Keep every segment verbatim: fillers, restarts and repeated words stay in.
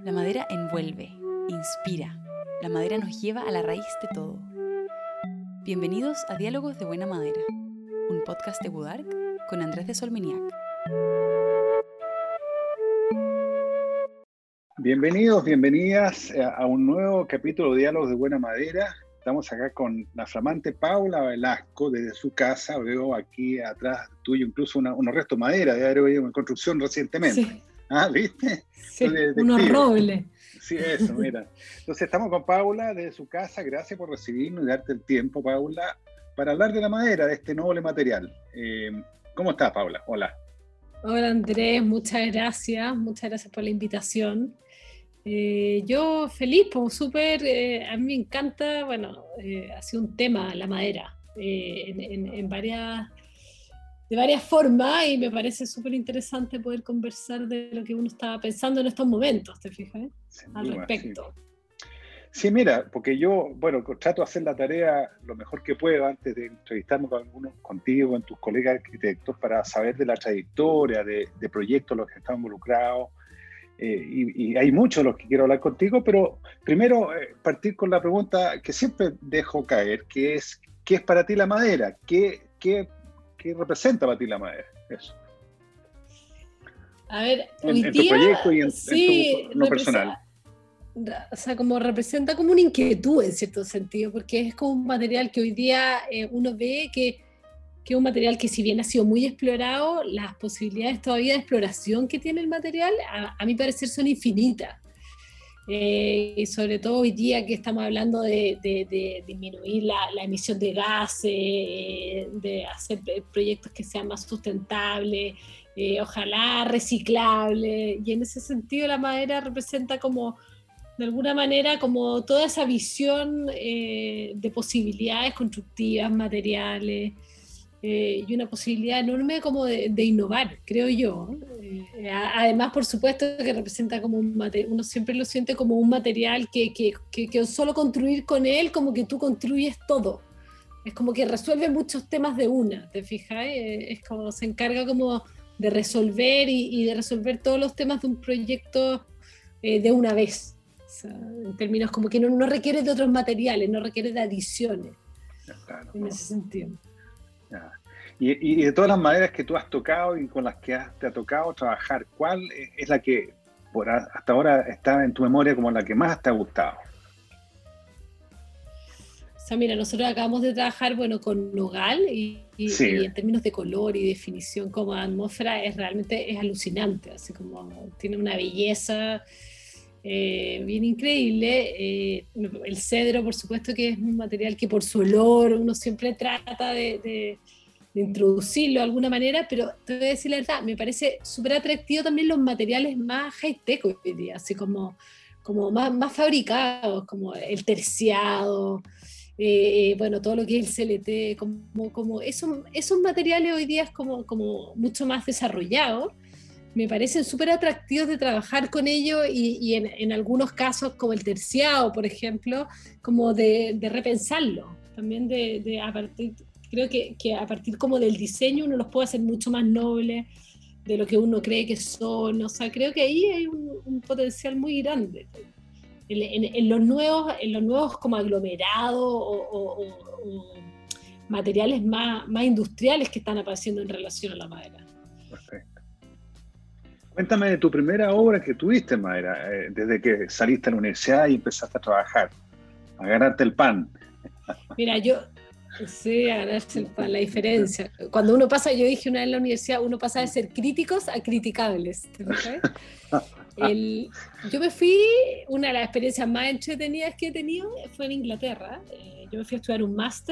La madera envuelve, inspira. La madera nos lleva a la raíz de todo. Bienvenidos a Diálogos de Buena Madera, un podcast de Budark con Andrés de Solminiac. Bienvenidos, bienvenidas a un nuevo capítulo de Diálogos de Buena Madera. Estamos acá con la flamante Paula Velasco desde su casa. Veo aquí atrás tuyo incluso una, unos restos de madera de haber habido en construcción recientemente. Sí. Ah, ¿viste? Sí, unos robles. Sí, eso, mira. Entonces estamos con Paula desde su casa. Gracias por recibirnos y darte el tiempo, Paula, para hablar de la madera, de este noble material. Eh, ¿Cómo estás, Paula? Hola. Hola, Andrés. Muchas gracias. Muchas gracias por la invitación. Eh, yo feliz, pues súper, eh, a mí me encanta, bueno, eh, ha sido un tema la madera eh, en, en, en varias, de varias formas, y me parece súper interesante poder conversar de lo que uno estaba pensando en estos momentos, ¿te fijas? Eh? Al duda, respecto. Sí. sí, mira, porque yo, bueno, trato de hacer la tarea lo mejor que puedo antes de entrevistarme con algunos, contigo, con tus colegas arquitectos, para saber de la trayectoria, de, de proyectos en los que están involucrados. Eh, y, y hay muchos de los que quiero hablar contigo, pero primero eh, partir con la pregunta que siempre dejo caer, que es, ¿qué es para ti la madera? ¿Qué, qué, qué representa para ti la madera? Eso. A ver, en, hoy en día, tu proyecto y en, sí, en tu no personal. O sea, como representa como una inquietud en cierto sentido, porque es como un material que hoy día eh, uno ve que que es un material que, si bien ha sido muy explorado, las posibilidades todavía de exploración que tiene el material, a, a mi parecer, son infinitas. Eh, y sobre todo hoy día que estamos hablando de, de, de disminuir la, la emisión de gases, eh, de hacer proyectos que sean más sustentables, eh, ojalá reciclables, y en ese sentido la madera representa como, de alguna manera, como toda esa visión eh, de posibilidades constructivas, materiales, Eh, y una posibilidad enorme como de, de innovar, creo yo. Eh, además, por supuesto, que representa como un material, uno siempre lo siente como un material que, que, que, que solo construir con él, como que tú construyes todo. Es como que resuelve muchos temas de una, ¿te fijas? Eh, es como se encarga como de resolver y, y de resolver todos los temas de un proyecto eh, de una vez. O sea, en términos como que no, no requiere de otros materiales, no requiere de adiciones. Claro, en no. ese sentido. Ya. Y, y de todas las maderas que tú has tocado y con las que has, te ha tocado trabajar, ¿cuál es la que por a, hasta ahora está en tu memoria como la que más te ha gustado? O sea, mira, nosotros acabamos de trabajar, bueno, con nogal y, y, sí. y en términos de color y definición como atmósfera es realmente es alucinante, así como tiene una belleza eh, bien increíble. Eh, el cedro, por supuesto, que es un material que por su olor uno siempre trata de, de, de introducirlo de alguna manera, pero te voy a decir la verdad, me parece súper atractivo también los materiales más high-tech hoy día, así como, como más, más fabricados, como el terciado, eh, bueno, todo lo que es el C L T, como, como esos, esos materiales hoy día es como, como mucho más desarrollados. Me parecen súper atractivos de trabajar con ellos y, y en, en algunos casos, como el terciado, por ejemplo, como de, de repensarlo, también de, de a partir, creo que, que a partir como del diseño uno los puede hacer mucho más nobles de lo que uno cree que son. O sea, creo que ahí hay un, un potencial muy grande. En, en, en los nuevos, en los nuevos como aglomerados o, o, o, o materiales más, más industriales que están apareciendo en relación a la madera. Perfecto. Cuéntame de tu primera obra que tuviste en madera, eh, desde que saliste a la universidad y empezaste a trabajar, a ganarte el pan. Mira, yo sí, a ganarse el pan, la diferencia. Cuando uno pasa, yo dije una vez en la universidad, uno pasa de ser críticos a criticables. ¿Te fijas? El, yo me fui, una de las experiencias más entretenidas que he tenido fue en Inglaterra. Eh, yo me fui a estudiar un máster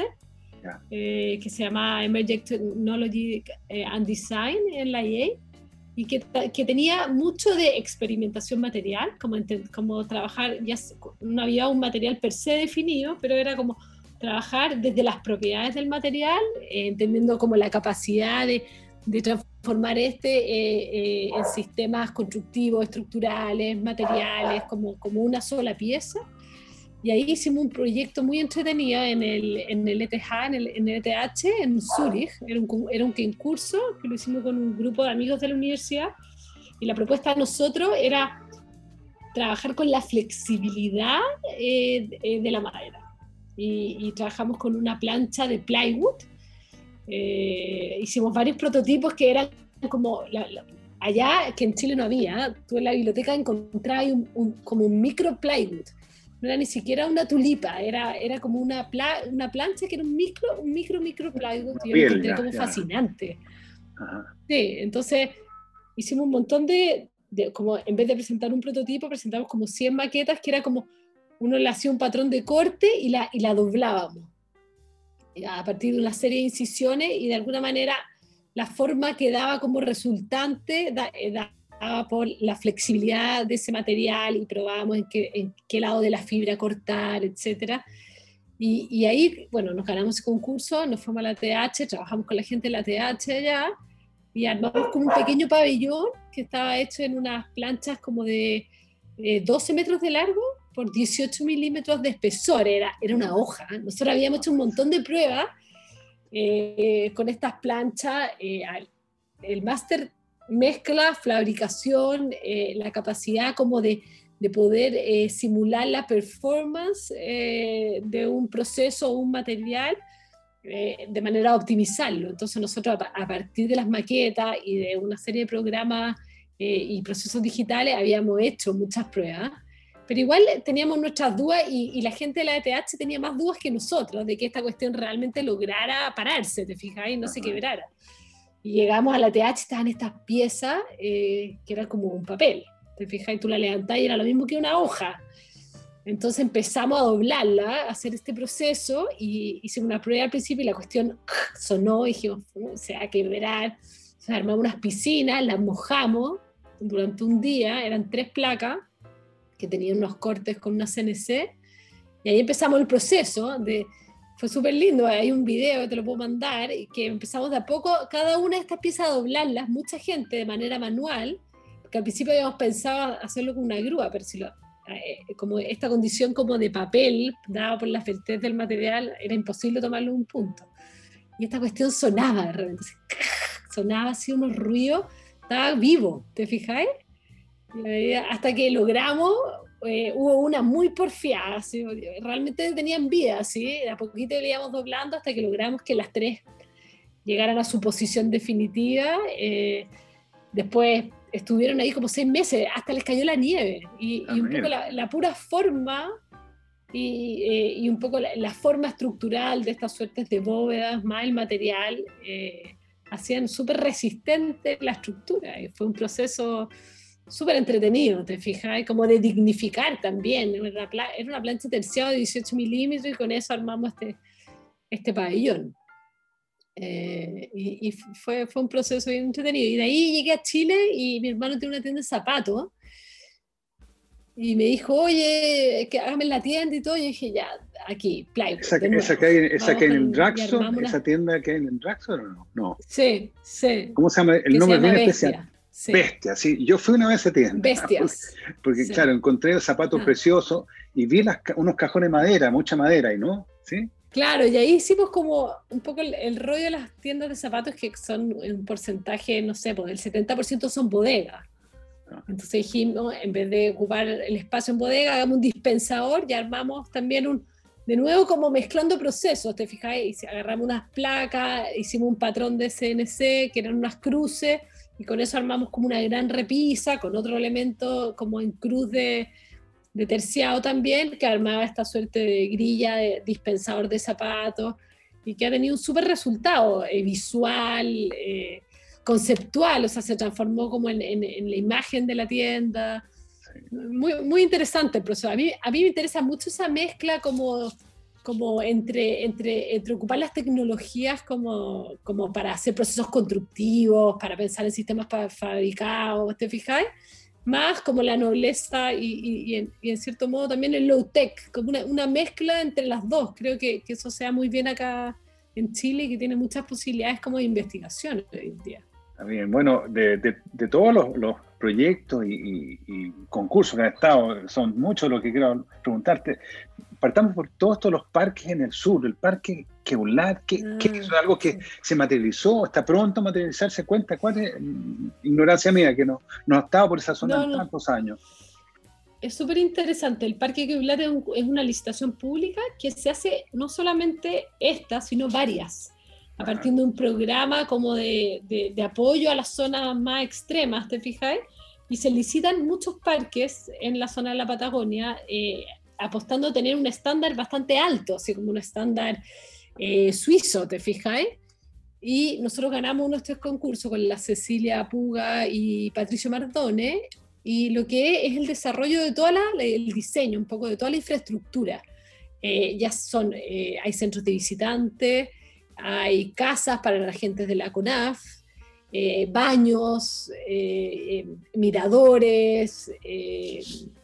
eh, que se llama Emerging Technology and Design en la I A. Y que, que tenía mucho de experimentación material, como, como trabajar, ya no había un material per se definido, pero era como trabajar desde las propiedades del material, eh, entendiendo como la capacidad de, de transformar este eh, eh, en sistemas constructivos, estructurales, materiales, como, como una sola pieza. Y ahí hicimos un proyecto muy entretenido en el, en el E T H, en el, en el E T H, en Zúrich. Era un, era un concurso que lo hicimos con un grupo de amigos de la universidad. Y la propuesta de nosotros era trabajar con la flexibilidad eh, de la madera. Y, y trabajamos con una plancha de plywood. Eh, hicimos varios prototipos que eran como... La, la, allá, que en Chile no había, tú en la biblioteca encontrabas un, un, como un micro plywood. No era ni siquiera una tulipa, era, era como una, pla, una plancha que era un micro, un micro, micro plywood. Y yo lo encontré como ya. fascinante. Ajá. Sí, entonces hicimos un montón de, de, como en vez de presentar un prototipo, presentamos como cien maquetas, que era como, uno le hacía un patrón de corte y la, y la doblábamos. A partir de una serie de incisiones, y de alguna manera la forma que daba como resultante da, daba por la flexibilidad de ese material, y probábamos en qué, en qué lado de la fibra cortar, etcétera. Y, y ahí, bueno, nos ganamos ese concurso, nos fuimos a la T H, trabajamos con la gente de la T H allá, y armamos como un pequeño pabellón que estaba hecho en unas planchas como de eh, doce metros de largo por dieciocho milímetros de espesor, era, era una hoja. Nosotros habíamos hecho un montón de pruebas eh, con estas planchas. Eh, el máster mezcla fabricación, eh, la capacidad como de, de poder eh, simular la performance eh, de un proceso o un material eh, de manera a optimizarlo. Entonces nosotros a, a partir de las maquetas y de una serie de programas eh, y procesos digitales habíamos hecho muchas pruebas, pero igual teníamos nuestras dudas, y, y la gente de la E T H tenía más dudas que nosotros de que esta cuestión realmente lograra pararse, ¿te fijas? Y no se quebrara. Y llegamos a la E T H, estaban estas piezas eh, que eran como un papel, ¿te fijas? Y tú la levantás y era lo mismo que una hoja. Entonces empezamos a doblarla, a hacer este proceso, y hicimos una prueba al principio y la cuestión sonó, y dijimos, se va a quebrar. O sea, armamos unas piscinas, las mojamos durante un día, eran tres placas que tenían unos cortes con una C N C, y ahí empezamos el proceso. De, fue súper lindo, hay un video que te lo puedo mandar, y que empezamos de a poco, cada una de estas piezas a doblarlas, mucha gente de manera manual, porque al principio habíamos pensado hacerlo con una grúa, pero si lo, eh, como esta condición como de papel, dada por la feltez del material, era imposible tomarlo en un punto. Y esta cuestión sonaba de repente, sonaba así unos ruidos, estaba vivo, ¿te fijáis? Hasta que logramos, eh, hubo una muy porfiada, ¿sí? Realmente tenían vida, ¿sí? A poquito le íbamos doblando hasta que logramos que las tres llegaran a su posición definitiva. Eh, después estuvieron ahí como seis meses, hasta les cayó la nieve, y, y un poco la, la pura forma y, eh, y un poco la, la forma estructural de estas suertes de bóvedas, más el material, eh, hacían súper resistente la estructura, y fue un proceso súper entretenido, ¿te fijas? Como de dignificar también. Era una, pla- era una plancha terciada de dieciocho milímetros, y con eso armamos este, este pabellón. Eh, y y fue, fue un proceso bien entretenido. Y de ahí llegué a Chile, y mi hermano tiene una tienda de zapatos, y me dijo, oye, que hágame la tienda y todo. Y yo dije, ya, aquí, plywood. ¿Esa, esa que hay, esa que hay en Draxon? ¿Esa tienda que hay en Draxon o no? No. Sí, sí. ¿Cómo se llama? El nombre es bien Bestia. especial. Sí. Bestia, sí. Yo fui una vez a esa tienda. Bestias. Porque, porque Sí. claro, encontré zapatos Ah. preciosos, y vi las, unos cajones de madera, mucha madera ahí, ¿no? ¿Sí? Claro, y ahí hicimos como un poco el, el rollo de las tiendas de zapatos, que son un porcentaje, no sé, pues el setenta por ciento son bodegas. Entonces dijimos, en vez de ocupar el espacio en bodega, hagamos un dispensador, y armamos también un, de nuevo como mezclando procesos, ¿te fijáis? Agarramos unas placas, hicimos un patrón de C N C, que eran unas cruces, y con eso armamos como una gran repisa, con otro elemento como en cruz de, de terciado también, que armaba esta suerte de grilla de dispensador de zapatos, y que ha tenido un súper resultado eh, visual, eh, conceptual, o sea, se transformó como en, en, en la imagen de la tienda. Sí. Muy, muy interesante el proceso. A mí, a mí me interesa mucho esa mezcla como, como entre, entre, entre ocupar las tecnologías como, como para hacer procesos constructivos, para pensar en sistemas fabricados, ¿te fijáis? Más como la nobleza y, y, y, en, y en cierto modo también el low-tech, como una, una mezcla entre las dos. Creo que, que eso se da muy bien acá en Chile, y que tiene muchas posibilidades como de investigación hoy en día. Bien, bueno, de, de, de todos los, los proyectos y, y, y concursos que han estado, son muchos los que quiero preguntarte. Partamos por todos estos los parques en el sur, el parque Queulat, que, ah, que es algo que sí. se materializó, está pronto a materializarse. Cuenta, ¿cuál es? Ignorancia mía, que no, no ha estado por esa zona no, en no. tantos años. es súper interesante. El Parque Queulate es, un, es una licitación pública que se hace no solamente esta, sino varias, a partir de un programa como de, de, de apoyo a las zonas más extremas, ¿te fijas? Y se licitan muchos parques en la zona de la Patagonia, eh, apostando a tener un estándar bastante alto, así como un estándar eh, suizo, ¿te fijas? Y nosotros ganamos unos tres concursos con la Cecilia Puga y Patricio Mardone, y lo que es el desarrollo de toda la, el diseño, un poco de toda la infraestructura. Eh, ya son, eh, hay centros de visitantes, hay casas para la gente de la CONAF, eh, baños, eh, eh, miradores, eh,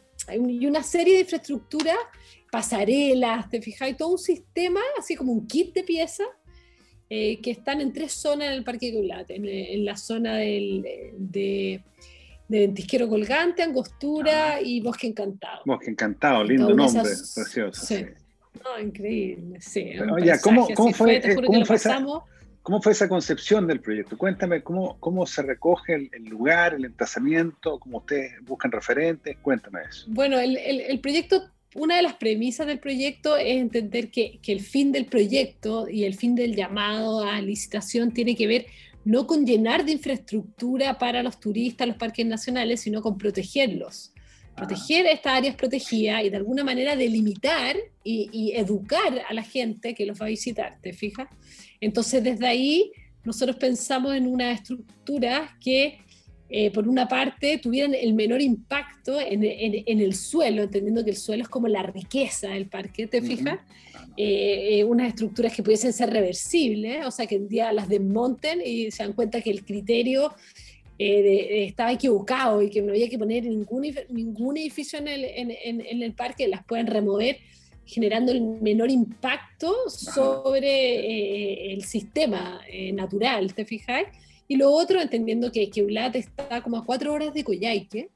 y una serie de infraestructuras, pasarelas, te fijas, todo un sistema, así como un kit de piezas, eh, que están en tres zonas en el Parque Queulate, en, en la zona del, de, de Ventisquero Colgante, Angostura ah, y Bosque Encantado. Bosque Encantado, lindo nombre, esas, precioso. Sí. Sí. No, increíble, sí. Oye, ¿cómo, cómo, fue, fue, ¿cómo, fue esa, ¿cómo fue esa concepción del proyecto? Cuéntame cómo, cómo se recoge el, el lugar, el emplazamiento, cómo ustedes buscan referentes, cuéntame eso. Bueno, el, el, el proyecto, una de las premisas del proyecto es entender que, que el fin del proyecto y el fin del llamado a licitación tiene que ver no con llenar de infraestructura para los turistas, los parques nacionales, sino con protegerlos. Proteger estas áreas protegidas y de alguna manera delimitar y, y educar a la gente que los va a visitar, ¿te fijas? Entonces desde ahí nosotros pensamos en unas estructuras que eh, por una parte tuvieran el menor impacto en, en, en el suelo, entendiendo que el suelo es como la riqueza del parque, ¿te fijas? Uh-huh. eh, eh, unas estructuras que pudiesen ser reversibles, o sea que un día las desmonten y se dan cuenta que el criterio Eh, de, de, estaba equivocado y que no había que poner ningún, ningún edificio en el, en, en, en el parque, las pueden remover generando el menor impacto sobre eh, el sistema eh, natural, ¿te fijáis? Y lo otro, entendiendo que Queulate está como a cuatro horas de Coyhaique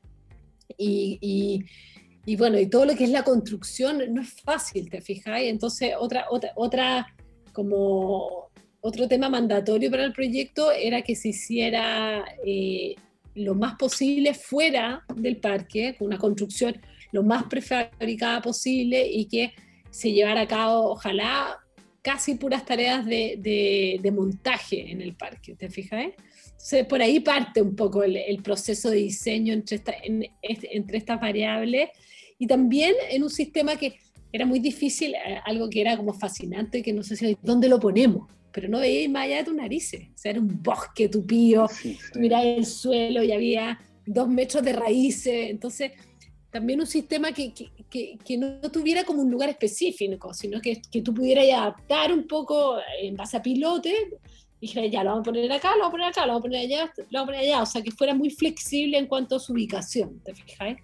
y, y, y bueno, y todo lo que es la construcción no es fácil, ¿te fijáis? Entonces otra, otra, otra como... Otro tema mandatorio para el proyecto era que se hiciera eh, lo más posible fuera del parque, con una construcción lo más prefabricada posible y que se llevara a cabo, ojalá, casi puras tareas de, de, de montaje en el parque, ¿te fijas? Entonces, por ahí parte un poco el, el proceso de diseño entre, esta, en, entre estas variables y también en un sistema que era muy difícil, algo que era como fascinante, que no sé si dónde lo ponemos, pero no veías más allá de tus narices, o sea, era un bosque tupío, sí, sí. Tú mirabas el suelo y había dos metros de raíces, entonces también un sistema que, que, que, que no tuviera como un lugar específico, sino que, que tú pudieras adaptar un poco en base a pilotes, y dijeras, ya, lo vamos a poner acá, lo vamos a poner acá, lo vamos a poner allá, lo vamos a poner allá, o sea, que fuera muy flexible en cuanto a su ubicación, ¿te fijas?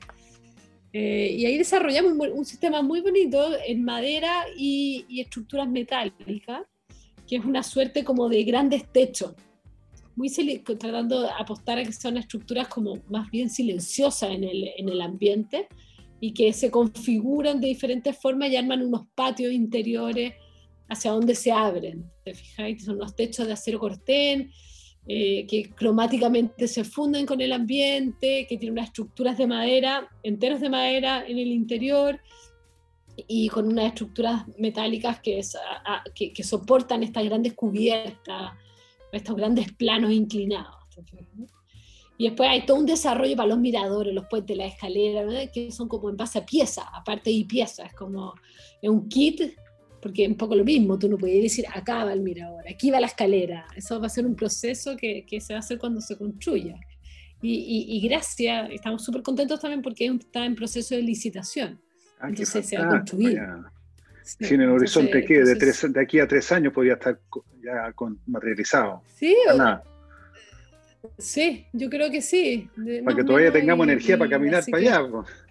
Eh, y ahí desarrollamos un, un sistema muy bonito en madera y, y estructuras metálicas, que es una suerte como de grandes techos, muy tratando de apostar a que son estructuras como más bien silenciosas en el, en el ambiente y que se configuran de diferentes formas y arman unos patios interiores hacia donde se abren, ¿te fijáis? Son unos techos de acero cortén, eh, que cromáticamente se funden con el ambiente, que tienen unas estructuras de madera, enteros de madera en el interior, y con unas estructuras metálicas que, es, a, a, que, que soportan estas grandes cubiertas, estos grandes planos inclinados. Y después hay todo un desarrollo para los miradores, los puentes, las escaleras, ¿verdad? Que son como en base a piezas, aparte y piezas, es como es un kit, porque es un poco lo mismo, tú no puedes decir acá va el mirador, aquí va la escalera, eso va a ser un proceso que, que se va a hacer cuando se construya. Y, y, y gracias, estamos súper contentos también porque está en proceso de licitación. Ah, entonces se va a construir. Sí, sí, en el horizonte entonces, que entonces, de, tres, de aquí a tres años podría estar ya con, materializado. Sí, o, sí, yo creo que sí. De, para que todavía tengamos y, energía y, para caminar para que... allá.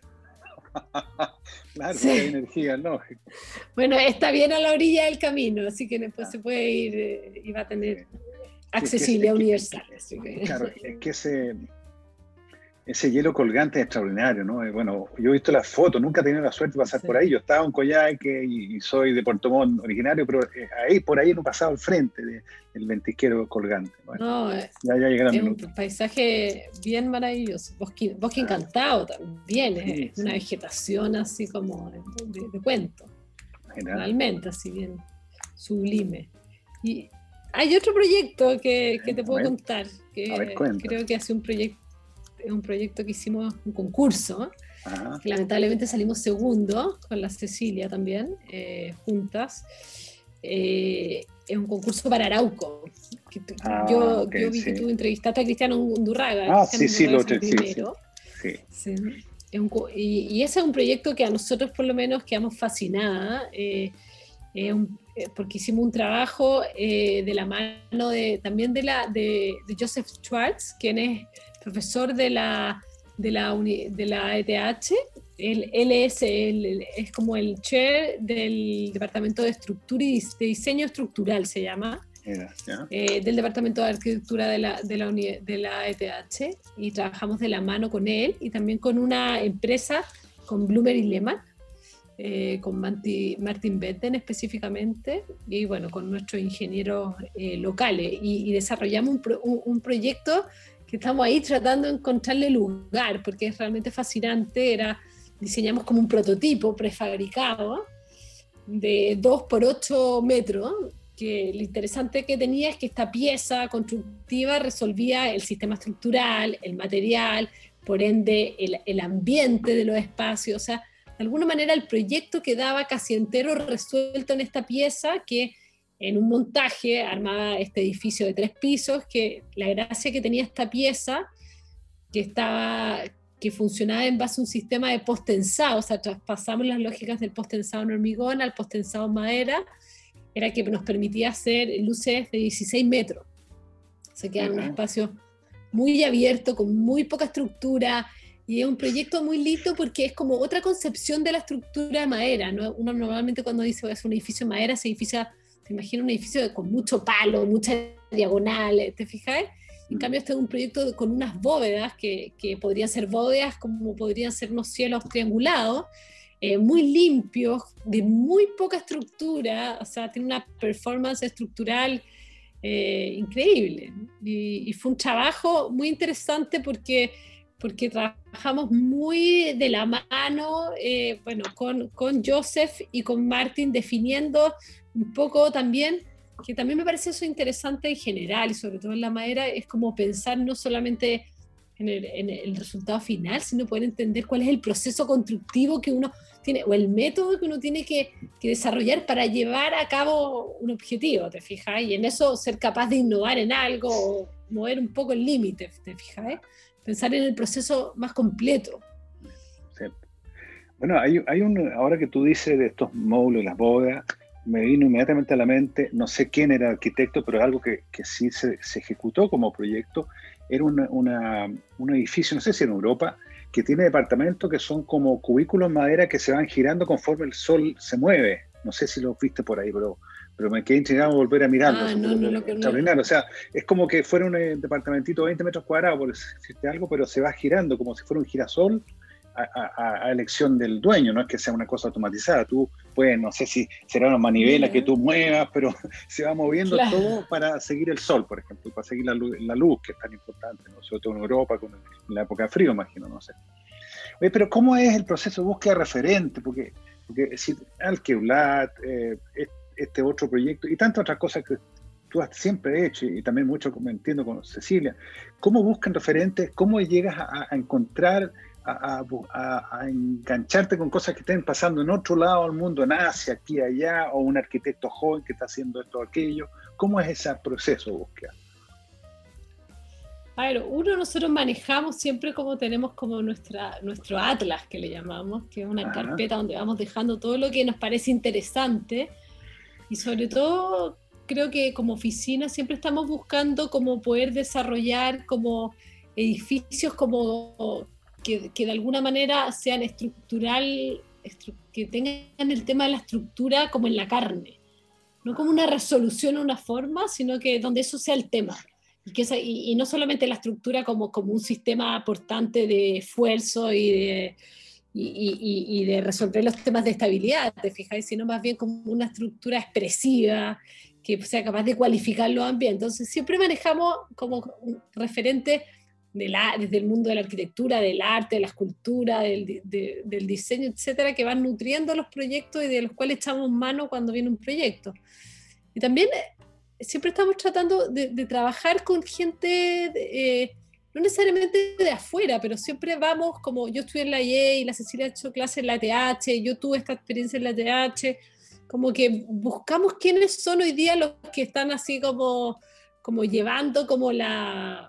Claro, sí. Hay energía, lógico. Bueno, está bien a la orilla del camino, así que después ah. se puede ir eh, y va a tener accesibilidad sí, es que, universal. Es que, claro, es que ese... Ese hielo colgante es extraordinario, ¿no? Eh, Bueno, yo he visto las fotos, nunca he tenido la suerte de pasar Sí. por ahí. Yo estaba en Coyhaique y, y soy de Puerto Montt originario, pero eh, ahí por ahí no pasaba al frente de- del ventisquero colgante. Bueno, No, es, ya, ya llegará el es un minuto. paisaje bien maravilloso. Bosque, bosque Ah, encantado también, es, sí, es una sí, vegetación así como de, de- de cuento, mira, realmente, así bien sublime. Y hay otro proyecto que, que te a puedo ver, contar, a ver, que cuéntame. creo que hace un proyecto, es un proyecto que hicimos, un concurso, Ajá, que lamentablemente salimos segundo con la Cecilia también, eh, juntas. Eh, es un concurso para Arauco. Que tu- ah, yo, ok, yo vi que sí. tú entrevistaste a Cristiano Undurraga. Ah, Cristiano sí, sí, Undurraga lo, salió sí, sí, primero. sí, Sí. Es un co- y, y ese es un proyecto que a nosotros por lo menos quedamos fascinadas, eh, eh, un- eh, porque hicimos un trabajo eh, de la mano de, también de, la, de, de Joseph Schwartz, quien es profesor de la, de la, uni- de la E T H. Él, él es, el- es como el chair del Departamento de Estructura y Dis- de Diseño Estructural, se llama, mira, ya. eh, del Departamento de Arquitectura de la, de, la uni- de la E T H, y trabajamos de la mano con él y también con una empresa, con Bloomer y Lehmann, eh, con Marti- Martin Betten específicamente, y bueno, con nuestros ingenieros eh, locales, y, y desarrollamos un, pro- un, un proyecto que estamos ahí tratando de encontrarle lugar, porque es realmente fascinante. Era, diseñamos como un prototipo prefabricado de dos por ocho metros, que lo interesante que tenía es que esta pieza constructiva resolvía el sistema estructural, el material, por ende el, el ambiente de los espacios. O sea, de alguna manera el proyecto quedaba casi entero resuelto en esta pieza, que en un montaje armaba este edificio de tres pisos, que la gracia que tenía esta pieza, que estaba, que funcionaba en base a un sistema de post-tensado, o sea, traspasamos las lógicas del post-tensado en hormigón al post-tensado en madera, era que nos permitía hacer luces de dieciséis metros. Se queda en un Mira, espacio muy abierto, con muy poca estructura, y es un proyecto muy lindo porque es como otra concepción de la estructura de madera, ¿no? Uno normalmente cuando dice es un edificio de madera, se, edificia, se imagina un edificio con mucho palo, muchas diagonales, ¿te fijas? En cambio, este es un proyecto con unas bóvedas que, que podrían ser bóvedas como podrían ser unos cielos triangulados, eh, muy limpios, de muy poca estructura, o sea, tiene una performance estructural eh, increíble. Y, y fue un trabajo muy interesante porque, porque trabajamos muy de la mano, eh, bueno, con, con Joseph y con Martin, definiendo un poco también, que también me parece eso interesante en general y sobre todo en la madera, es como pensar no solamente en el, en el resultado final, sino poder entender cuál es el proceso constructivo que uno tiene, o el método que uno tiene que, que desarrollar para llevar a cabo un objetivo, ¿te fijas? Y en eso ser capaz de innovar en algo o mover un poco el límite, ¿te fijas? Pensar en el proceso más completo. cierto. Bueno, hay, hay un, ahora que tú dices de estos módulos, las bóvedas, me vino inmediatamente a la mente, no sé quién era el arquitecto, pero es algo que, que sí se, se ejecutó como proyecto. Era una, una, un edificio, no sé si en Europa, que tiene departamentos que son como cubículos de madera que se van girando conforme el sol se mueve. No sé si lo viste por ahí, pero, pero me quedé intrigado volver a mirarlo. Ah, no, no, lo que no. Extraordinario. O sea, es como que fuera un eh, departamentito de veinte metros cuadrados, por decirte algo, pero se va girando como si fuera un girasol a, a, a elección del dueño. No es que sea una cosa automatizada. Tú puedes, no sé si será una manivela Mira. que tú muevas, pero se va moviendo Claro. todo para seguir el sol, por ejemplo, para seguir la luz, la luz que es tan importante, ¿no? Sobre todo en Europa, con en la época de frío, imagino, no sé. Oye, pero ¿cómo es el proceso de búsqueda de referente? Porque, porque si Alqueulat, eh, este otro proyecto y tantas otras cosas que tú has siempre hecho, y también mucho, como entiendo, con Cecilia, ¿cómo buscan referentes? ¿Cómo llegas a, a encontrar, a, a, a engancharte con cosas que estén pasando en otro lado del mundo, en Asia, aquí, allá, o un arquitecto joven que está haciendo esto o aquello? ¿Cómo es ese proceso de búsqueda? A ver, uno, nosotros manejamos siempre como tenemos como nuestra, nuestro atlas, que le llamamos, que es una Ajá. carpeta donde vamos dejando todo lo que nos parece interesante, y sobre todo creo que como oficina siempre estamos buscando como poder desarrollar como edificios como que, que de alguna manera sean estructural, estru que tengan el tema de la estructura como en la carne, no como una resolución o una forma, sino que donde eso sea el tema. y, que esa, y, y no solamente la estructura como, como un sistema aportante de esfuerzo y de, y, y, y de resolver los temas de estabilidad, ¿te fijáis? Sino más bien como una estructura expresiva que sea capaz de cualificar los ambientes. Entonces siempre manejamos como un referente de la, desde el mundo de la arquitectura, del arte, de la escultura, del, de, del diseño, etcétera, que van nutriendo los proyectos y de los cuales echamos mano cuando viene un proyecto. Y también eh, siempre estamos tratando de, de trabajar con gente, de, eh, no necesariamente de afuera, pero siempre vamos, como yo estudié en la I E y la Cecilia ha hecho clases en la T H, yo tuve esta experiencia en la T H, como que buscamos quiénes son hoy día los que están así como, como llevando como la...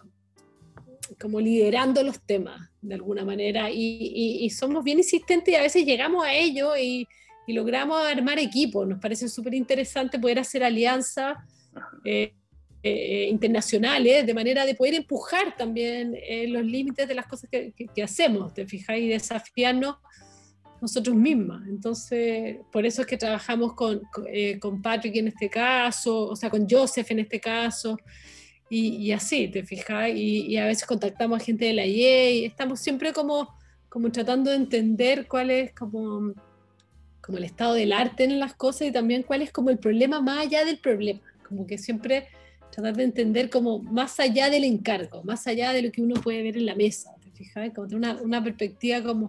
como liderando los temas de alguna manera y, y, y somos bien insistentes y a veces llegamos a ello y, y logramos armar equipos. Nos parece súper interesante poder hacer alianzas eh, eh, internacionales de manera de poder empujar también eh, los límites de las cosas que, que, que hacemos, te fijas, y desafiarnos nosotros mismas. Entonces, por eso es que trabajamos con, eh, con Patrick en este caso, o sea, con Joseph en este caso, y, y así, te fijas, y, y a veces contactamos a gente de la I E y estamos siempre como, como tratando de entender cuál es como, como el estado del arte en las cosas y también cuál es como el problema más allá del problema, como que siempre tratar de entender como más allá del encargo, más allá de lo que uno puede ver en la mesa, te fijas, como tener una, una perspectiva como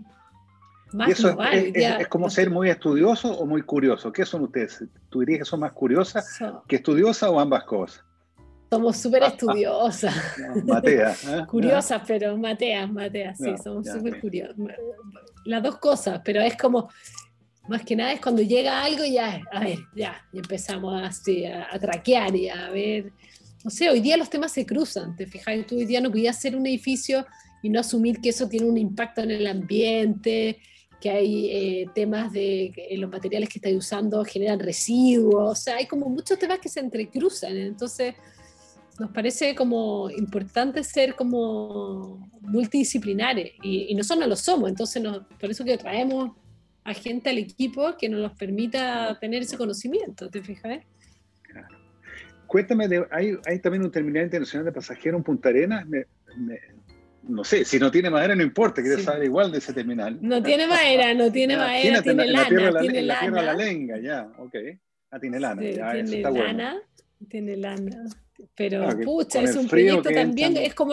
más ¿Y eso global. es, es, ya, es como ser muy estudioso o muy curioso? ¿Qué son ustedes? ¿Tú dirías que son más curiosas so, que estudiosas o ambas cosas? Somos súper Ah, estudiosas. ah, Matea. ¿eh? Curiosas, pero mateas, mateas, sí, Ya, somos ya, súper bien. curiosas. Las dos cosas, pero es como, más que nada es cuando llega algo y ya, a ver, ya, y empezamos así a, a traquear y a ver. No sé, hoy día los temas se cruzan, te fijas, tú hoy día no podías hacer un edificio y no asumir que eso tiene un impacto en el ambiente, que hay eh, temas de que los materiales que estás usando generan residuos, o sea, hay como muchos temas que se entrecruzan, entonces nos parece como importante ser como multidisciplinares y, y nosotros no lo somos, entonces nos, por eso que traemos a gente al equipo que nos permita tener ese conocimiento, ¿te fijas? Claro. Cuéntame, de, ¿hay, ¿hay también un terminal internacional de pasajeros en Punta Arenas? Me, me, no sé, si no tiene madera no importa, quiero Sí. saber igual de ese terminal. No tiene madera, no tiene madera, Imagínate, en tiene la, en la tierra, lana, la, tiene en la tierra la lana. lenga, ya, ok. Ah, tiene lana, Sí, ya, eso tiene está bueno. lana, tiene lana. Pero, Claro, que pucha, con es el un frío proyecto que también, entran- es como,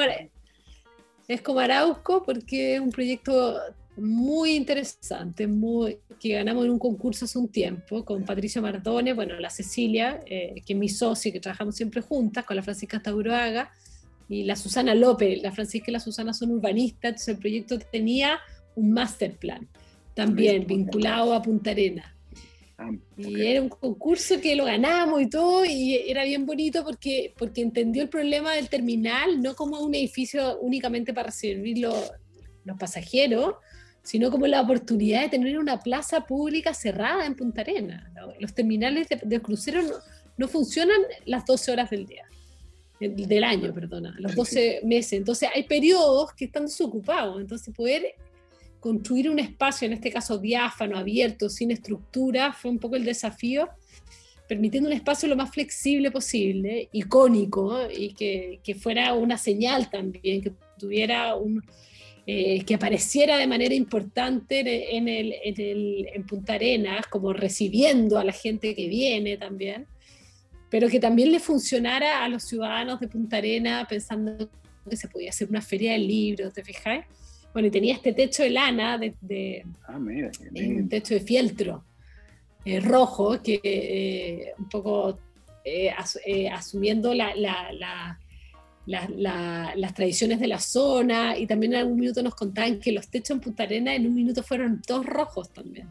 es como Arauco, porque es un proyecto muy interesante, muy, que ganamos en un concurso hace un tiempo con Patricio Mardones, bueno, la Cecilia, eh, que es mi socio, que trabajamos siempre juntas, con la Francisca Stauroaga, y la Susana López. La Francisca y la Susana son urbanistas, entonces el proyecto tenía un master plan, también vinculado a Punta Arenas. Ah, Y okay. era un concurso que lo ganamos y todo, y era bien bonito porque, porque entendió el problema del terminal, no como un edificio únicamente para recibir los, los pasajeros, sino como la oportunidad de tener una plaza pública cerrada en Punta Arenas. Los terminales de, de cruceros no, no funcionan las doce horas del día, del año, perdona, los doce meses. Entonces hay periodos que están desocupados, entonces poder construir un espacio, en este caso diáfano, abierto, sin estructura, fue un poco el desafío, permitiendo un espacio lo más flexible posible, icónico, y que, que fuera una señal también, que tuviera un, eh, que apareciera de manera importante en, el, en, el, en Punta Arenas, como recibiendo a la gente que viene también, pero que también le funcionara a los ciudadanos de Punta Arenas, pensando que se podía hacer una feria del libro, ¿te fijáis? Bueno, y tenía este techo de lana, de, de, ah, mira, qué un lindo. techo de fieltro eh, rojo, que eh, un poco eh, as, eh, asumiendo la, la, la, la, la, las tradiciones de la zona, y también en algún minuto nos contaban que los techos en Punta Arenas en un minuto fueron todos rojos también.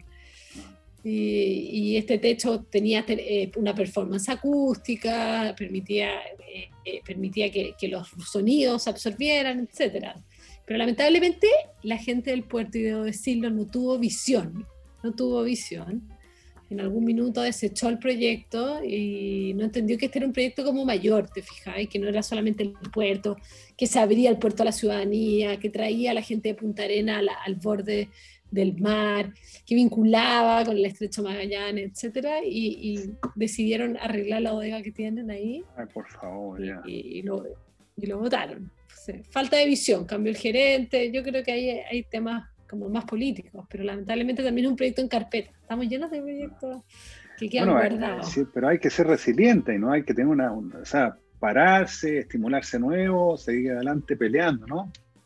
Y, y este techo tenía eh, una performance acústica, permitía, eh, eh, permitía que, que los sonidos se absorbieran, etcétera. Pero lamentablemente la gente del puerto, y debo decirlo, no tuvo visión, no tuvo visión. En algún minuto desechó el proyecto y no entendió que este era un proyecto como mayor, te fijáis, que no era solamente el puerto, que se abría el puerto a la ciudadanía, que traía a la gente de Punta Arenas al, al borde del mar, que vinculaba con el Estrecho Magallanes, etcétera, y, y decidieron arreglar la bodega que tienen ahí. Ay, por favor, y, ya. y, y lo, y lo votaron. Sí, falta de visión, cambió el gerente, yo creo que hay, hay temas como más políticos, pero lamentablemente también es un proyecto en carpeta. Estamos llenos de proyectos que quedan bueno, guardados. Sí, pero hay que ser resiliente, ¿no? Hay que tener una, una, o sea, pararse, estimularse nuevo, seguir adelante peleando, ¿no?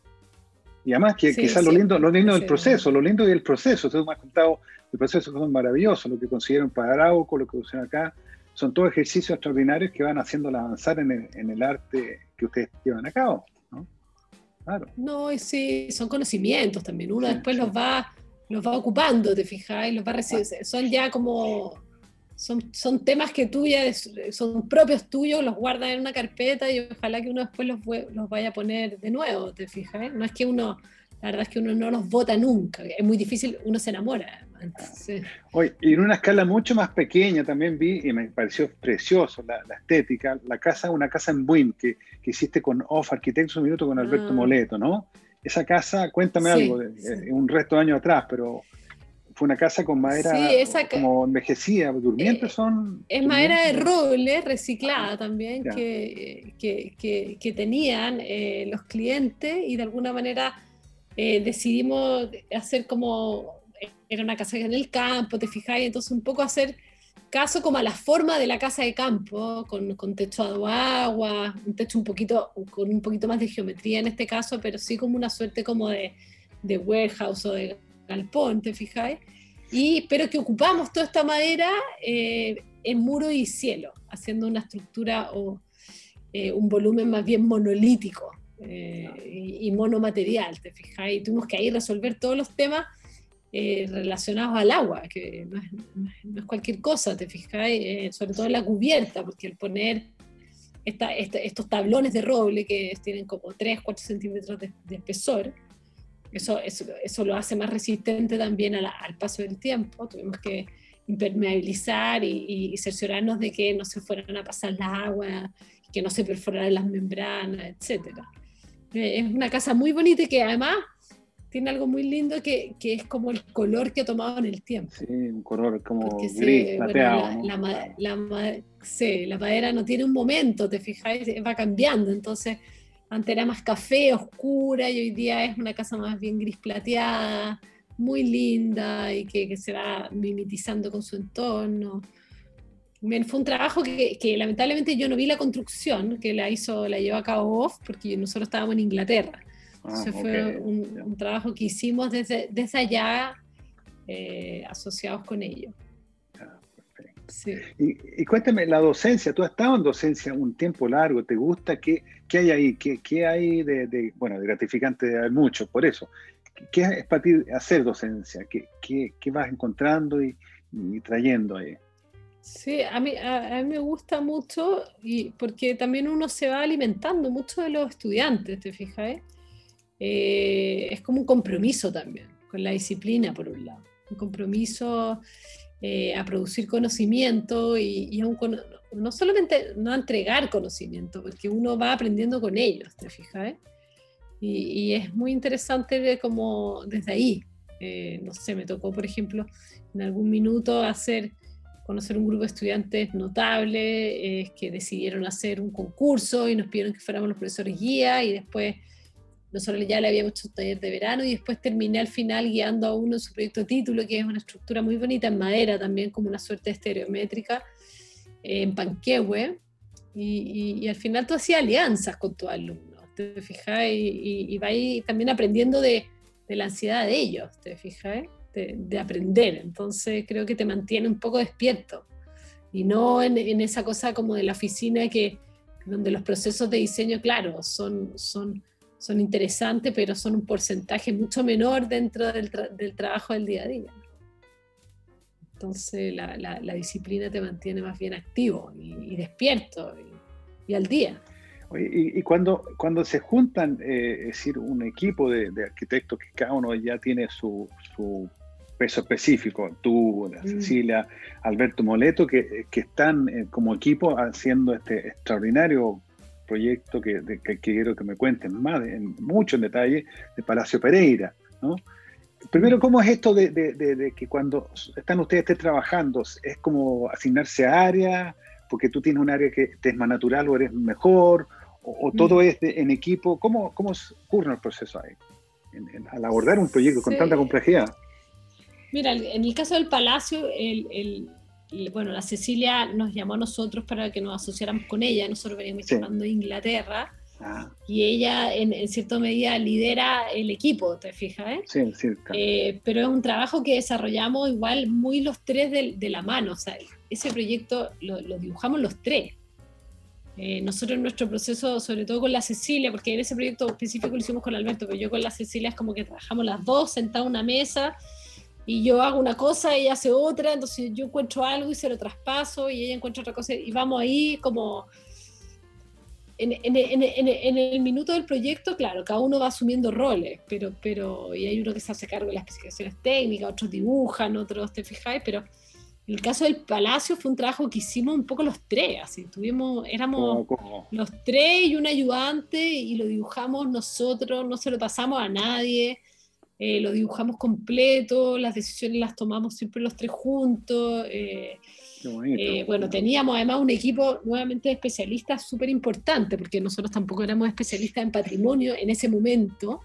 Y además que Sí, quizás sí, lo lindo, lo lindo sí. del proceso, lo lindo del proceso, usted me ha contado, el proceso que son maravillosos, lo que consiguieron para Arauco, lo que consiguieron acá, son todos ejercicios extraordinarios que van haciéndola avanzar en el, en el arte que ustedes llevan a cabo, ¿no? Claro. No, y sí, son conocimientos también. Uno Sí, después sí. los va, los va ocupando, te fijas, y los va recibiendo. Son ya como, son, son temas que tú ya, son propios tuyos, los guardas en una carpeta y ojalá que uno después los, los vaya a poner de nuevo, te fijas. No es que uno, la verdad es que uno no los vota nunca, es muy difícil, uno se enamora. Entonces, Oye, y en una escala mucho más pequeña también vi, y me pareció precioso la, la estética, la casa, una casa en Buin que, que hiciste con Off Architects un minuto con Alberto ah, Moleto, ¿no? Esa casa, cuéntame sí, algo, de, sí. eh, un resto de años atrás, pero fue una casa con madera sí, esa como envejecida, durmientes eh, son. Es durmientes, madera de ¿no? roble reciclada ah, también ya. que, que, que, que tenían eh, los clientes y de alguna manera eh, decidimos hacer como, era una casa en el campo, te fijáis, entonces un poco hacer caso como a la forma de la casa de campo, con, con techo a agua, un techo un poquito, con un poquito más de geometría en este caso, pero sí como una suerte como de, de warehouse o de galpón, te fijáis, y, pero que ocupamos toda esta madera eh, en muro y cielo, haciendo una estructura o eh, un volumen más bien monolítico eh, y, y monomaterial, te fijáis, y tuvimos que ahí resolver todos los temas Eh, relacionados al agua, que no es, no es cualquier cosa, te fijáis, eh, sobre todo en la cubierta, porque el poner esta, esta, estos tablones de roble que tienen como tres, cuatro centímetros de, de espesor, eso, eso, eso lo hace más resistente también a la, al paso del tiempo. Tuvimos que impermeabilizar y, y cerciorarnos de que no se fueran a pasar las aguas, que no se perforaran las membranas, etcétera. Eh, es una casa muy bonita y que además tiene algo muy lindo que, que es como el color que ha tomado en el tiempo. Sí, un color como porque gris, se, plateado. bueno, la, ¿no? la, la, la, sí, la madera no tiene un momento, te fijáis, va cambiando. Entonces, antes era más café, oscura, y hoy día es una casa más bien gris plateada, muy linda y que, que se va mimetizando con su entorno. Bien, fue un trabajo que, que lamentablemente yo no vi la construcción, que la hizo, la llevó a cabo Off, porque nosotros estábamos en Inglaterra. Entonces ah, fue okay. un, yeah. un trabajo que hicimos desde, desde allá, eh, asociados con ellos. Ah, perfecto. Sí. Y, y cuéntame, la docencia, tú has estado en docencia un tiempo largo, ¿te gusta? ¿Qué, qué hay ahí? ¿Qué, qué hay de, de, bueno, de gratificante de mucho, por eso? ¿Qué es para ti hacer docencia? ¿Qué, qué, qué vas encontrando y, y trayendo ahí? Sí, a mí, a, a mí me gusta mucho y porque también uno se va alimentando mucho de los estudiantes, ¿te fijas? Eh, es como un compromiso también con la disciplina, por un lado. Un compromiso eh, a producir conocimiento y, y a un, no solamente no a entregar conocimiento, porque uno va aprendiendo con ellos, ¿te fijas? Y, y es muy interesante como desde ahí. Eh, no sé, me tocó, por ejemplo, en algún minuto hacer... conocer un grupo de estudiantes notable eh, que decidieron hacer un concurso y nos pidieron que fuéramos los profesores guía y después nosotros ya le habíamos hecho un taller de verano y después terminé al final guiando a uno en su proyecto título, que es una estructura muy bonita en madera también, como una suerte estereométrica eh, en Panquehue y, y, y al final tú hacías alianzas con tus alumnos, te fijas, y, y, y vas también aprendiendo de, de la ansiedad de ellos, te fijas, De, de aprender, entonces creo que te mantiene un poco despierto y no en, en esa cosa como de la oficina que, donde los procesos de diseño, claro, son, son, son interesantes, pero son un porcentaje mucho menor dentro del, tra del trabajo del día a día. Entonces la, la, la disciplina te mantiene más bien activo y, y despierto y, y al día. Y, y cuando, cuando se juntan, eh, es decir, un equipo de, de arquitectos que cada uno ya tiene su, su peso específico, tú, Cecilia, mm. Alberto Moleto, que, que están eh, como equipo haciendo este extraordinario proyecto que, de, que quiero que me cuenten más, en, mucho en detalle, de Palacio Pereira, ¿no? Primero, ¿cómo es esto de, de, de, de que cuando están ustedes trabajando, es como asignarse a áreas, porque tú tienes un área que te es más natural o eres mejor, o, o todo es de, en equipo? ¿Cómo, cómo ocurre el proceso ahí, en, en, al abordar un proyecto con sí. tanta complejidad? Mira, en el caso del Palacio, el, el, el, bueno, la Cecilia nos llamó a nosotros para que nos asociáramos con ella. Nosotros veníamos sí. llamando de Inglaterra. Ah. Y ella, en, en cierta medida, lidera el equipo, ¿te fijas? Eh? Sí, sí, claro. eh, pero es un trabajo que desarrollamos igual muy los tres de, de la mano. O sea, ese proyecto lo, lo dibujamos los tres. Eh, nosotros en nuestro proceso, sobre todo con la Cecilia, porque en ese proyecto específico lo hicimos con Alberto, pero yo con la Cecilia es como que trabajamos las dos sentadas en una mesa, y yo hago una cosa, ella hace otra, entonces yo encuentro algo y se lo traspaso, y ella encuentra otra cosa, y vamos ahí como... En, en, en, en, en el minuto del proyecto, claro, cada uno va asumiendo roles, pero, pero y hay uno que se hace cargo de las especificaciones técnicas, otros dibujan, otros, te fijáis, pero en el caso del Palacio fue un trabajo que hicimos un poco los tres, así, tuvimos, éramos ¿Cómo, cómo? los tres y un ayudante, y lo dibujamos nosotros, no se lo pasamos a nadie, eh, lo dibujamos completo, las decisiones las tomamos siempre los tres juntos, eh, Eh, bueno, teníamos además un equipo nuevamente de especialistas súper importante, porque nosotros tampoco éramos especialistas en patrimonio en ese momento,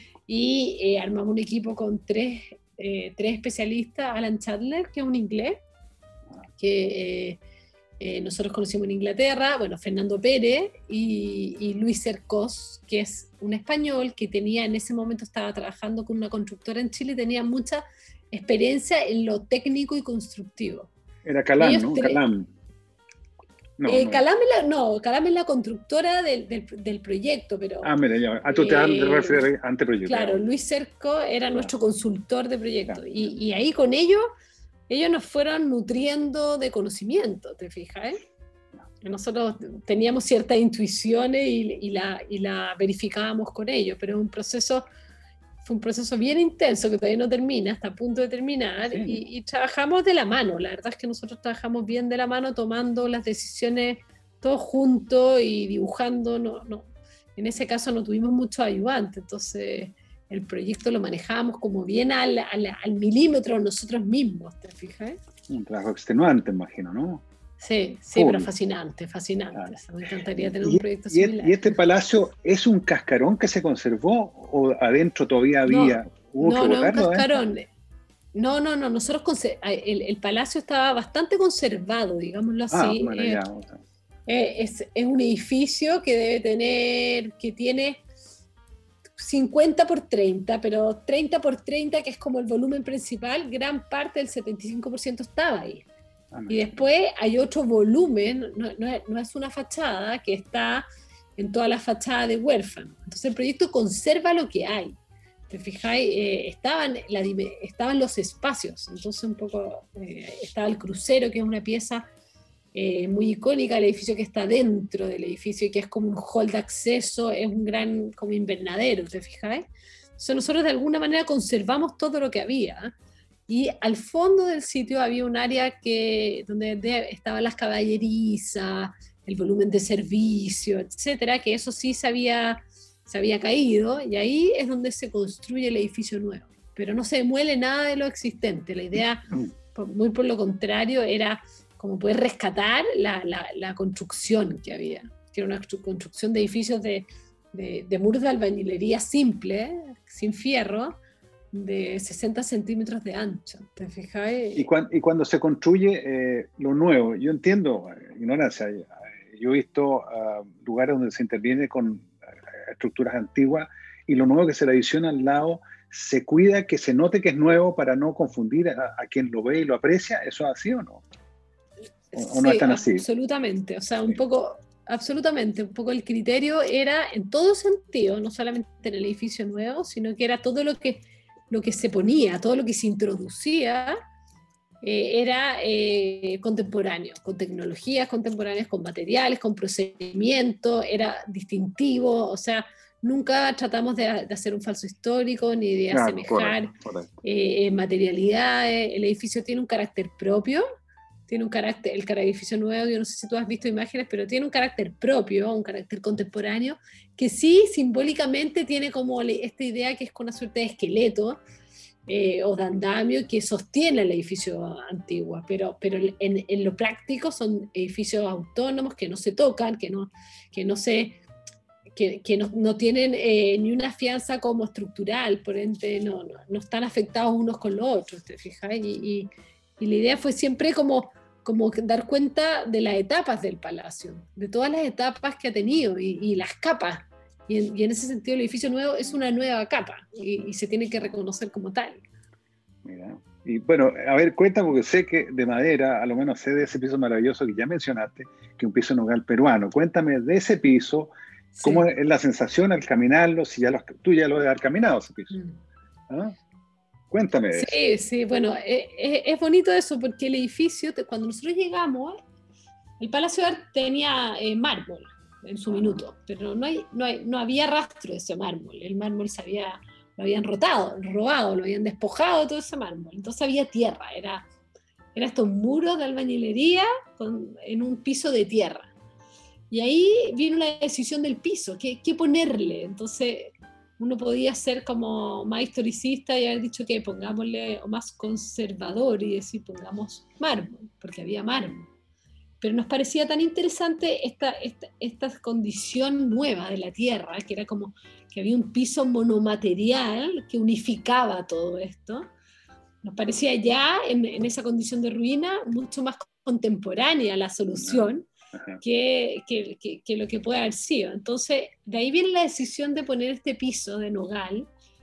y eh, armamos un equipo con tres, eh, tres especialistas: Alan Chandler, que es un inglés, que eh, eh, nosotros conocimos en Inglaterra, bueno, Fernando Pérez, y, y Luis Cercós, que es un español que tenía, en ese momento estaba trabajando con una constructora en Chile y tenía mucha experiencia en lo técnico y constructivo. Era Calam, ¿no? Calam. No, eh, no. Calam, es la, no, Calam es la constructora del, del, del proyecto, pero... Ah, mira, ya. Ah, tú te eh, refieres a anteproyecto. Claro, Luis Cerco era claro. nuestro consultor de proyecto. Claro. Y, y ahí con ellos, ellos nos fueron nutriendo de conocimiento, ¿te fijas? Eh? Nosotros teníamos ciertas intuiciones y, y, la, y la verificábamos con ellos, pero es un proceso... Fue un proceso bien intenso que todavía no termina, está a punto de terminar, sí. y, y trabajamos de la mano. La verdad es que nosotros trabajamos bien de la mano, tomando las decisiones todos juntos y dibujando. No, no. En ese caso no tuvimos muchos ayudantes, entonces el proyecto lo manejábamos como bien al, al, al milímetro nosotros mismos, ¿te fijas? Un trabajo extenuante, imagino, ¿no? Sí, sí, Uy. pero fascinante, fascinante. Claro. Me encantaría tener un proyecto similar. ¿Y este palacio es un cascarón que se conservó o adentro todavía había? No, ¿Hubo no, que no, un botarlo, cascarón. ¿eh? No, no, no, nosotros el, el palacio estaba bastante conservado, digámoslo así. Ah, bueno, eh, ya, o sea. eh, es, es un edificio que debe tener, que tiene cincuenta por treinta, pero treinta por treinta, que es como el volumen principal, gran parte del setenta y cinco por ciento estaba ahí. Ah, y después hay otro volumen, no, no, es, no es una fachada, que está en toda la fachada de huérfano. Entonces el proyecto conserva lo que hay. ¿Te fijáis? Eh, estaban, la, estaban los espacios. Entonces un poco eh, estaba el crucero, que es una pieza eh, muy icónica, el edificio que está dentro del edificio y que es como un hall de acceso, es un gran como invernadero, ¿te fijáis? Entonces nosotros de alguna manera conservamos todo lo que había. Y al fondo del sitio había un área que, donde de, estaban las caballerizas, el volumen de servicio, etcétera, que eso sí se había, se había caído, y ahí es donde se construye el edificio nuevo. Pero no se demuele nada de lo existente. La idea, muy por lo contrario, era como poder rescatar la, la, la construcción que había, que era una construcción de edificios de, de, de muros de albañilería simple, sin fierro, de sesenta centímetros de ancho, ¿te fijas? Y, cuan, y cuando se construye eh, lo nuevo, yo entiendo, ignorancia, yo he visto uh, lugares donde se interviene con uh, estructuras antiguas y lo nuevo que se le adiciona al lado, se cuida que se note que es nuevo para no confundir a, a quien lo ve y lo aprecia. ¿Eso es así o no? ¿O, sí, o no es tan así? Absolutamente, o sea, un sí. poco... Absolutamente, un poco el criterio era en todo sentido, no solamente en el edificio nuevo, sino que era todo lo que lo que se ponía, todo lo que se introducía, eh, era eh, contemporáneo, con tecnologías contemporáneas, con materiales, con procedimientos, era distintivo, o sea, nunca tratamos de, de hacer un falso histórico, ni de claro, asemejar correcto, correcto. Eh, materialidades. El edificio tiene un carácter propio, tiene un carácter, el edificio nuevo, yo no sé si tú has visto imágenes, pero tiene un carácter propio, un carácter contemporáneo, que sí simbólicamente tiene como esta idea que es con una suerte de esqueleto eh, o de andamio que sostiene el edificio antiguo, pero, pero en, en lo práctico son edificios autónomos que no se tocan, que no, que no se... que, que no, no tienen eh, ni una fianza como estructural, por ende no, no, no están afectados unos con los otros, ¿te fijas? Y, y, y la idea fue siempre como, como dar cuenta de las etapas del palacio, de todas las etapas que ha tenido y, y las capas. Y en, y en ese sentido el edificio nuevo es una nueva capa y, y se tiene que reconocer como tal. Mira. Y bueno, a ver, cuenta, porque sé que de madera, a lo menos sé de ese piso maravilloso que ya mencionaste, que es un piso nogal peruano. Cuéntame de ese piso, cómo sí. es la sensación al caminarlo, si ya lo, tú ya lo debes haber caminado ese piso. Mm. ¿Ah? Cuéntame de sí, eso. Sí, bueno, es, es bonito eso, porque el edificio, cuando nosotros llegamos, el Palacio de Arte tenía eh, mármol en su minuto, pero no, hay, no, hay, no había rastro de ese mármol. El mármol se había, lo habían rotado, robado, lo habían despojado de todo ese mármol. Entonces había tierra, era, era estos muros de albañilería con, en un piso de tierra. Y ahí vino la decisión del piso, ¿qué, qué ponerle? Entonces uno podía ser como más historicista y haber dicho que pongámosle, o más conservador y decir pongamos mármol, porque había mármol. Pero nos parecía tan interesante esta, esta, esta condición nueva de la tierra, que era como que había un piso monomaterial que unificaba todo esto. Nos parecía ya en, en esa condición de ruina mucho más contemporánea la solución que, que, que, que lo que puede haber sido. Entonces, de ahí viene la decisión de poner este piso de nogal.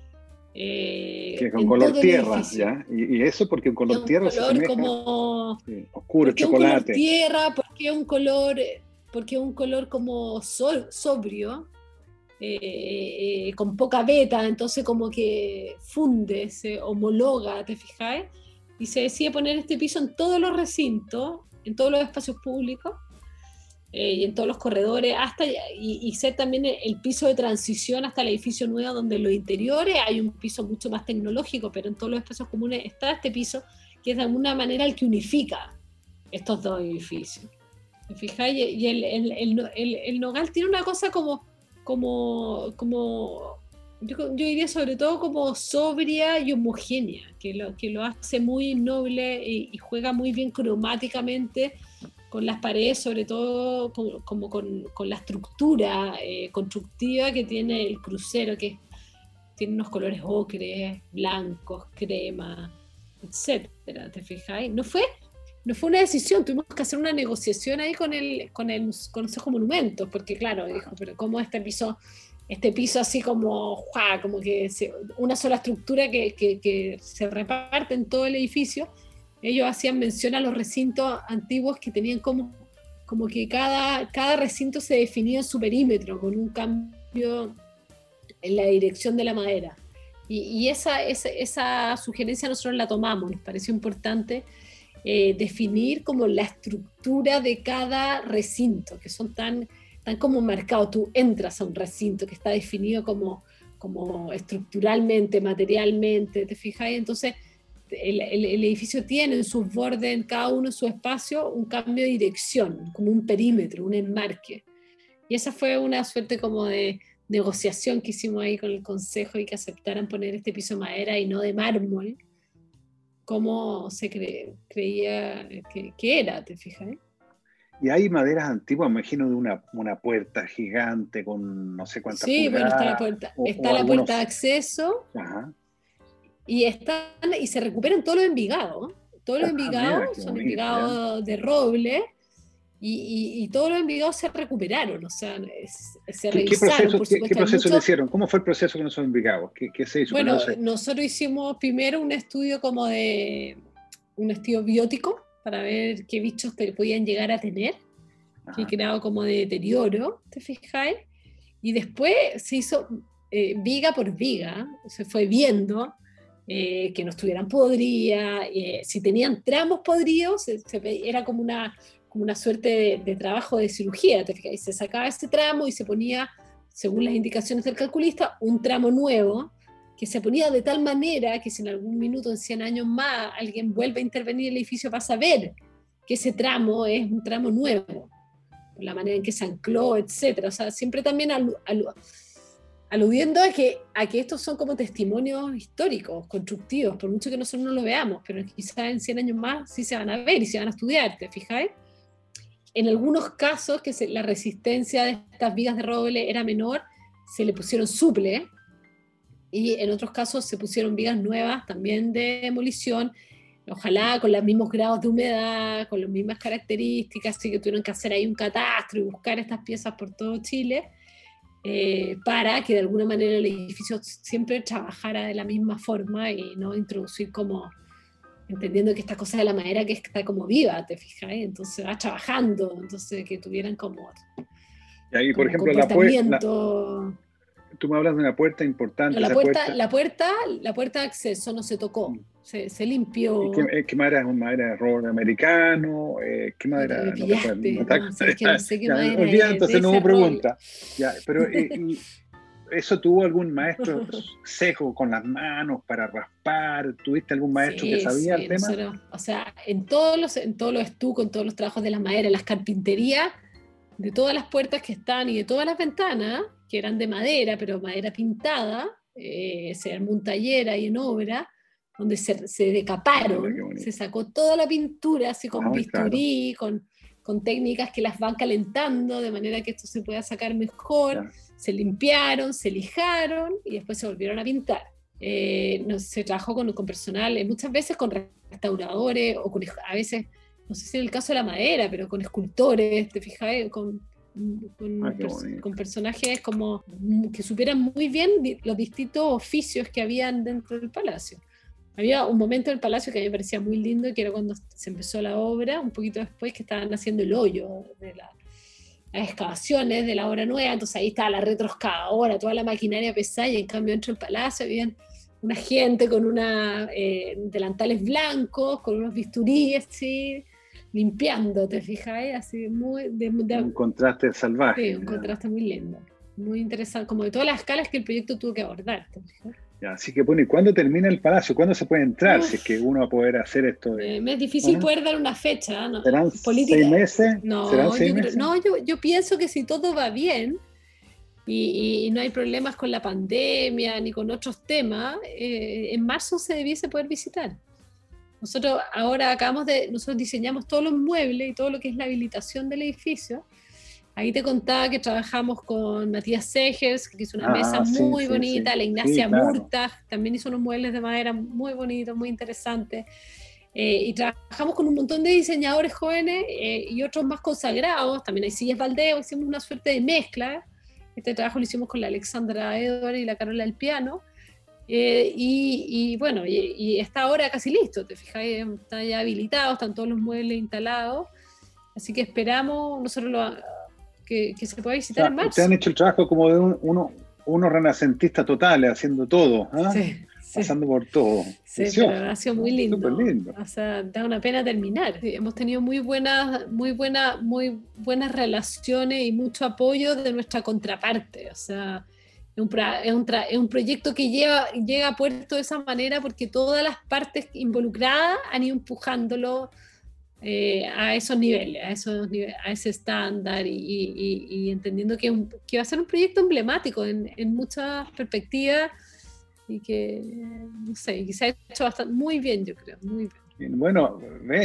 Eh, que con color tierra, ¿ya? Y, y eso porque un color un tierra color se asemeja, como sí, oscuro, porque chocolate. Un color tierra, porque un color, porque un color como so, sobrio, eh, eh, con poca beta, entonces como que funde, se homologa, ¿te fijáis? Y se decide poner este piso en todos los recintos, en todos los espacios públicos, Eh, y en todos los corredores, hasta y, y ser también el, el piso de transición hasta el edificio nuevo, donde en los interiores hay un piso mucho más tecnológico, pero en todos los espacios comunes está este piso, que es de alguna manera el que unifica estos dos edificios. ¿Me fijáis? Y el, el, el, el, el nogal tiene una cosa como, como, como yo, yo diría sobre todo como sobria y homogénea, que lo, que lo hace muy noble y, y juega muy bien cromáticamente con las paredes, sobre todo como, como con, con la estructura eh, constructiva que tiene el crucero, que tiene unos colores ocres, blancos, crema, etcétera. ¿Te fijáis? No fue, no fue una decisión, tuvimos que hacer una negociación ahí con el, con el Consejo de Monumentos, porque claro, dijo, pero ¿cómo este piso, este piso así como, ¡juá! Como que se, una sola estructura que, que, que se reparte en todo el edificio? Ellos hacían mención a los recintos antiguos que tenían como, como que cada, cada recinto se definía en su perímetro, con un cambio en la dirección de la madera. Y, y esa, esa, esa sugerencia nosotros la tomamos, nos pareció importante eh, definir como la estructura de cada recinto, que son tan, tan como marcados. Tú entras a un recinto que está definido como, como estructuralmente, materialmente, ¿te fijas? Entonces, El, el, el edificio tiene en sus bordes, en cada uno de su espacio, un cambio de dirección, como un perímetro, un enmarque. Y esa fue una suerte como de negociación que hicimos ahí con el consejo y que aceptaran poner este piso de madera y no de mármol, como se cre, creía que, que era, ¿te fijas? ¿Eh? Y hay maderas antiguas, me imagino, de una, una puerta gigante con no sé cuántas sí, pulgadas. Bueno, está la puerta, o, está o la algunos... puerta de acceso. Ajá. Y, están, y se recuperan todos los envigados. Todos los envigados ah, mira, son bonito, envigados ¿ya? de roble y, y, y todos los envigados se recuperaron, o sea, es, se ¿Qué, revisaron. ¿Qué proceso, por ¿qué, supuesto, ¿qué proceso mucho... le hicieron? ¿Cómo fue el proceso con esos envigados? ¿Qué, qué se hizo? Bueno, no sé. nosotros hicimos primero un estudio como de un estudio biótico para ver qué bichos te podían llegar a tener, Ajá. que creaba como de deterioro, ¿te fijáis? Y después se hizo eh, viga por viga, se fue viendo Eh, que no estuvieran podridas, eh, si tenían tramos podridos, se, se, era como una, como una suerte de, de trabajo de cirugía, ¿te fijas? Y se sacaba ese tramo y se ponía, según las indicaciones del calculista, un tramo nuevo, que se ponía de tal manera que si en algún minuto, en cien años más, alguien vuelve a intervenir en el edificio, va a saber que ese tramo es un tramo nuevo, por la manera en que se ancló, etcétera. O sea, siempre también al, al, aludiendo a que, a que estos son como testimonios históricos, constructivos, por mucho que nosotros no lo veamos, pero quizás en cien años más sí se van a ver y se van a estudiar, ¿te fijáis? en algunos casos que se, la resistencia de estas vigas de roble era menor, se le pusieron suple, y en otros casos se pusieron vigas nuevas también de demolición, ojalá con los mismos grados de humedad, con las mismas características, así que tuvieron que hacer ahí un catastro y buscar estas piezas por todo Chile, eh, para que de alguna manera el edificio siempre trabajara de la misma forma y no introducir como, entendiendo que esta cosa de la madera que está como viva, ¿te fijas? Entonces va trabajando, entonces que tuvieran como... Y ahí, por como ejemplo, la puerta... Tú me hablas de una puerta importante. No, la, puerta, puerta... La, puerta, la puerta de acceso no se tocó, se, se limpió. ¿Qué, ¿Qué madera es? ¿Un madera de roble americano? Eh, ¿Qué madera? No, pillaste, no, no, sé, que no sé qué ya, madera olvida, es, entonces no hubo pregunta. Ya, pero eh, y, ¿eso tuvo algún maestro seco con las manos para raspar? ¿Tuviste algún maestro sí, que sabía sí, el tema? Nosotros, o sea, en todos los, en todos los estucos, en todos los trabajos de la madera, en las carpinterías, de todas las puertas que están y de todas las ventanas, que eran de madera, pero madera pintada, eh, se armó un taller ahí en obra, donde se, se decaparon, se sacó toda la pintura, así con ah, bisturí, claro. con, con técnicas que las van calentando, de manera que esto se pueda sacar mejor, claro. Se limpiaron, se lijaron, y después se volvieron a pintar. Eh, no, se trabajó con, con personal, eh, muchas veces con restauradores, o con, a veces, no sé si en el caso de la madera, pero con escultores, te fijas, con... Con, ah, pers con personajes como que supieran muy bien los distintos oficios que habían dentro del palacio. Había un momento del palacio que a mí me parecía muy lindo, que era cuando se empezó la obra, un poquito después, que estaban haciendo el hoyo de la, las excavaciones de la obra nueva, entonces ahí estaba la retroexcavadora, toda la maquinaria pesada, y en cambio dentro del palacio habían una gente con una, eh, delantales blancos, con unos bisturíes, ¿sí? Limpiando, ¿te fijas? Así muy de, de, un contraste salvaje. Sí, un contraste muy lindo, muy interesante, como de todas las escalas que el proyecto tuvo que abordar. ¿Te fijas? Ya, así que bueno, ¿y cuándo termina el palacio? ¿Cuándo se puede entrar? Uf, si es que uno va a poder hacer esto. De... Eh, es difícil ¿Ah? poder dar una fecha. ¿No? ¿Serán Política... seis meses? No, ¿Serán yo, seis creo, meses? no yo, yo pienso que si todo va bien y, y no hay problemas con la pandemia ni con otros temas, eh, en marzo se debiese poder visitar. Nosotros ahora acabamos de, nosotros diseñamos todos los muebles y todo lo que es la habilitación del edificio. Ahí te contaba que trabajamos con Matías Segers, que hizo una ah, mesa sí, muy sí, bonita, sí. La Ignacia sí, claro. Murta también hizo unos muebles de madera muy bonitos, muy interesantes. Eh, y trabajamos con un montón de diseñadores jóvenes eh, y otros más consagrados. También hay sillas Valdeo, hicimos una suerte de mezcla. Este trabajo lo hicimos con la Alexandra Edward y la Carola del Piano. Eh, y, y bueno, y, y está ahora casi listo, te fijas, está ya habilitado, están todos los muebles instalados, así que esperamos nosotros lo, que, que se pueda visitar, o sea, en marzo. Ustedes han hecho el trabajo como de un, uno, unos renacentistas totales, haciendo todo, ¿eh? Sí, sí. Pasando por todo. Sí, pero ha sido muy lindo. Súper lindo. O sea, da una pena terminar. Sí, hemos tenido muy buenas, muy buenas, muy buenas relaciones y mucho apoyo de nuestra contraparte, o sea, Es un, es, un tra, es un proyecto que lleva, llega a puerto de esa manera porque todas las partes involucradas han ido empujándolo eh, a esos niveles, a, esos niveles, a ese estándar y, y, y entendiendo que, un, que va a ser un proyecto emblemático en, en muchas perspectivas y que, no sé, que se ha hecho bastante, muy bien, yo creo, muy bien. Bueno,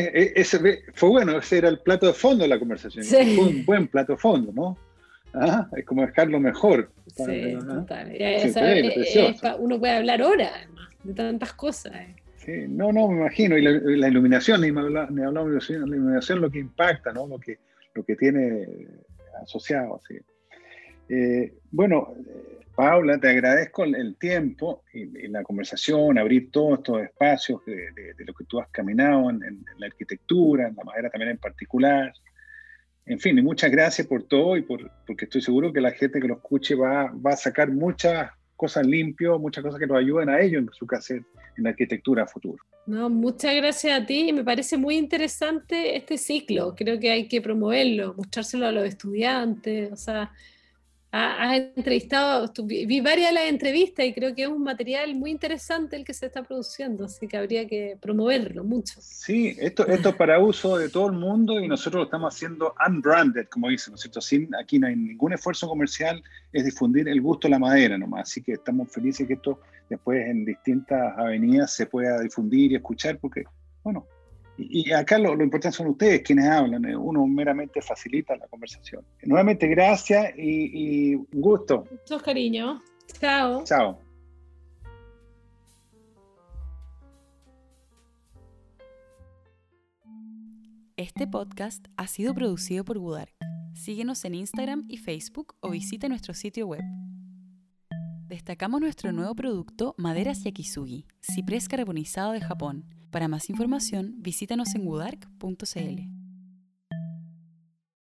ese fue bueno, ese era el plato de fondo de la conversación, sí. Fue un buen plato de fondo, ¿no? Ah, es como dejarlo mejor. Sí, ¿no? Total. Y, sí, o sea, es, es, uno puede hablar horas, además, de tantas cosas. Eh. Sí, no, no, me imagino. Y la, la iluminación, ni, habla, ni hablamos de la iluminación, lo que impacta, ¿no? Lo que, lo que tiene asociado. Así. Eh, bueno, Paula, te agradezco el, el tiempo y, y la conversación, abrir todos estos espacios de, de, de lo que tú has caminado en, en la arquitectura, en la madera también en particular. En fin, y muchas gracias por todo y por, porque estoy seguro que la gente que lo escuche va, va a sacar muchas cosas limpias, muchas cosas que nos ayuden a ellos en su quehacer en la arquitectura futuro. No, muchas gracias a ti, me parece muy interesante este ciclo, creo que hay que promoverlo, mostrárselo a los estudiantes, o sea, has entrevistado, vi varias de las entrevistas y creo que es un material muy interesante el que se está produciendo, así que habría que promoverlo mucho. Sí, esto, esto es para uso de todo el mundo y nosotros lo estamos haciendo unbranded, como dicen, ¿no es cierto? Sin, aquí no hay ningún esfuerzo comercial, es difundir el gusto de la madera nomás, así que estamos felices que esto después en distintas avenidas se pueda difundir y escuchar, porque, bueno, Y acá lo, lo importante son ustedes quienes hablan, uno meramente facilita la conversación. Nuevamente, gracias y, y un gusto. Muchos cariños. Chao. Chao. Este podcast ha sido producido por Budark. Síguenos en Instagram y Facebook o visita nuestro sitio web. Destacamos nuestro nuevo producto Maderas Yakisugi, ciprés carbonizado de Japón. Para más información, visítanos en budark punto c l.